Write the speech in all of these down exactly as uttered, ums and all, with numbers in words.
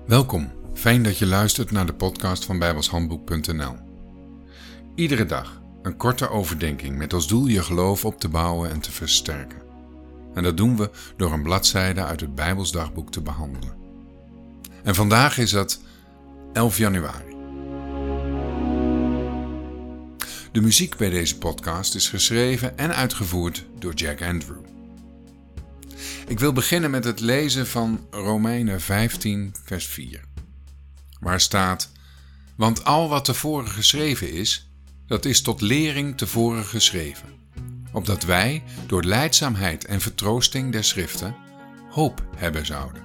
Welkom, fijn dat je luistert naar de podcast van bijbelshandboek punt n l. Iedere dag een korte overdenking met als doel je geloof op te bouwen en te versterken. En dat doen we door een bladzijde uit het Bijbelsdagboek te behandelen. En vandaag is dat elf januari. De muziek bij deze podcast is geschreven en uitgevoerd door Jack Andrew. Ik wil beginnen met het lezen van Romeinen vijftien vers vier. Waar staat: Want al wat tevoren geschreven is, dat is tot lering tevoren geschreven, opdat wij door lijdzaamheid en vertroosting der schriften hoop hebben zouden.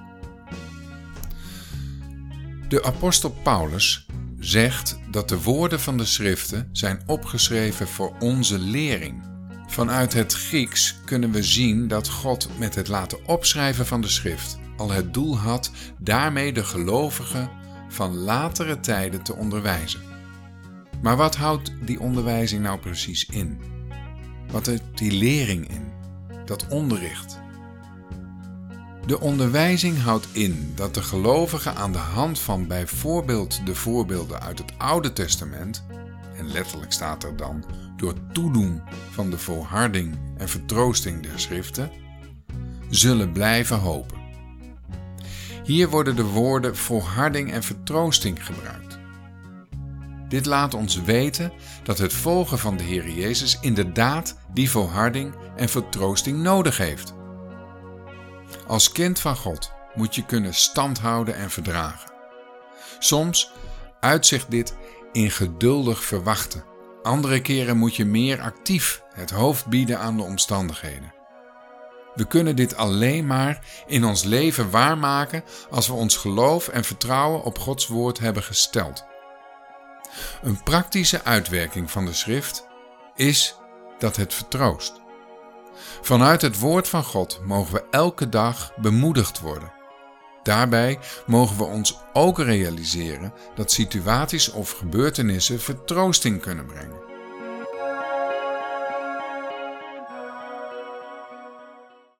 De apostel Paulus zegt dat de woorden van de schriften zijn opgeschreven voor onze lering. Vanuit het Grieks kunnen we zien dat God met het laten opschrijven van de schrift al het doel had daarmee de gelovigen van latere tijden te onderwijzen. Maar wat houdt die onderwijzing nou precies in? Wat houdt die lering in? Dat onderricht. De onderwijzing houdt in dat de gelovigen aan de hand van bijvoorbeeld de voorbeelden uit het Oude Testament, en letterlijk staat er dan door toedoen van de volharding en vertroosting der schriften, zullen blijven hopen. Hier worden de woorden volharding en vertroosting gebruikt. Dit laat ons weten dat het volgen van de Heer Jezus inderdaad die volharding en vertroosting nodig heeft. Als kind van God moet je kunnen standhouden en verdragen. Soms uitzicht dit in geduldig verwachten. Andere keren moet je meer actief het hoofd bieden aan de omstandigheden. We kunnen dit alleen maar in ons leven waarmaken als we ons geloof en vertrouwen op Gods woord hebben gesteld. Een praktische uitwerking van de schrift is dat het vertroost. Vanuit het woord van God mogen we elke dag bemoedigd worden. Daarbij mogen we ons ook realiseren dat situaties of gebeurtenissen vertroosting kunnen brengen.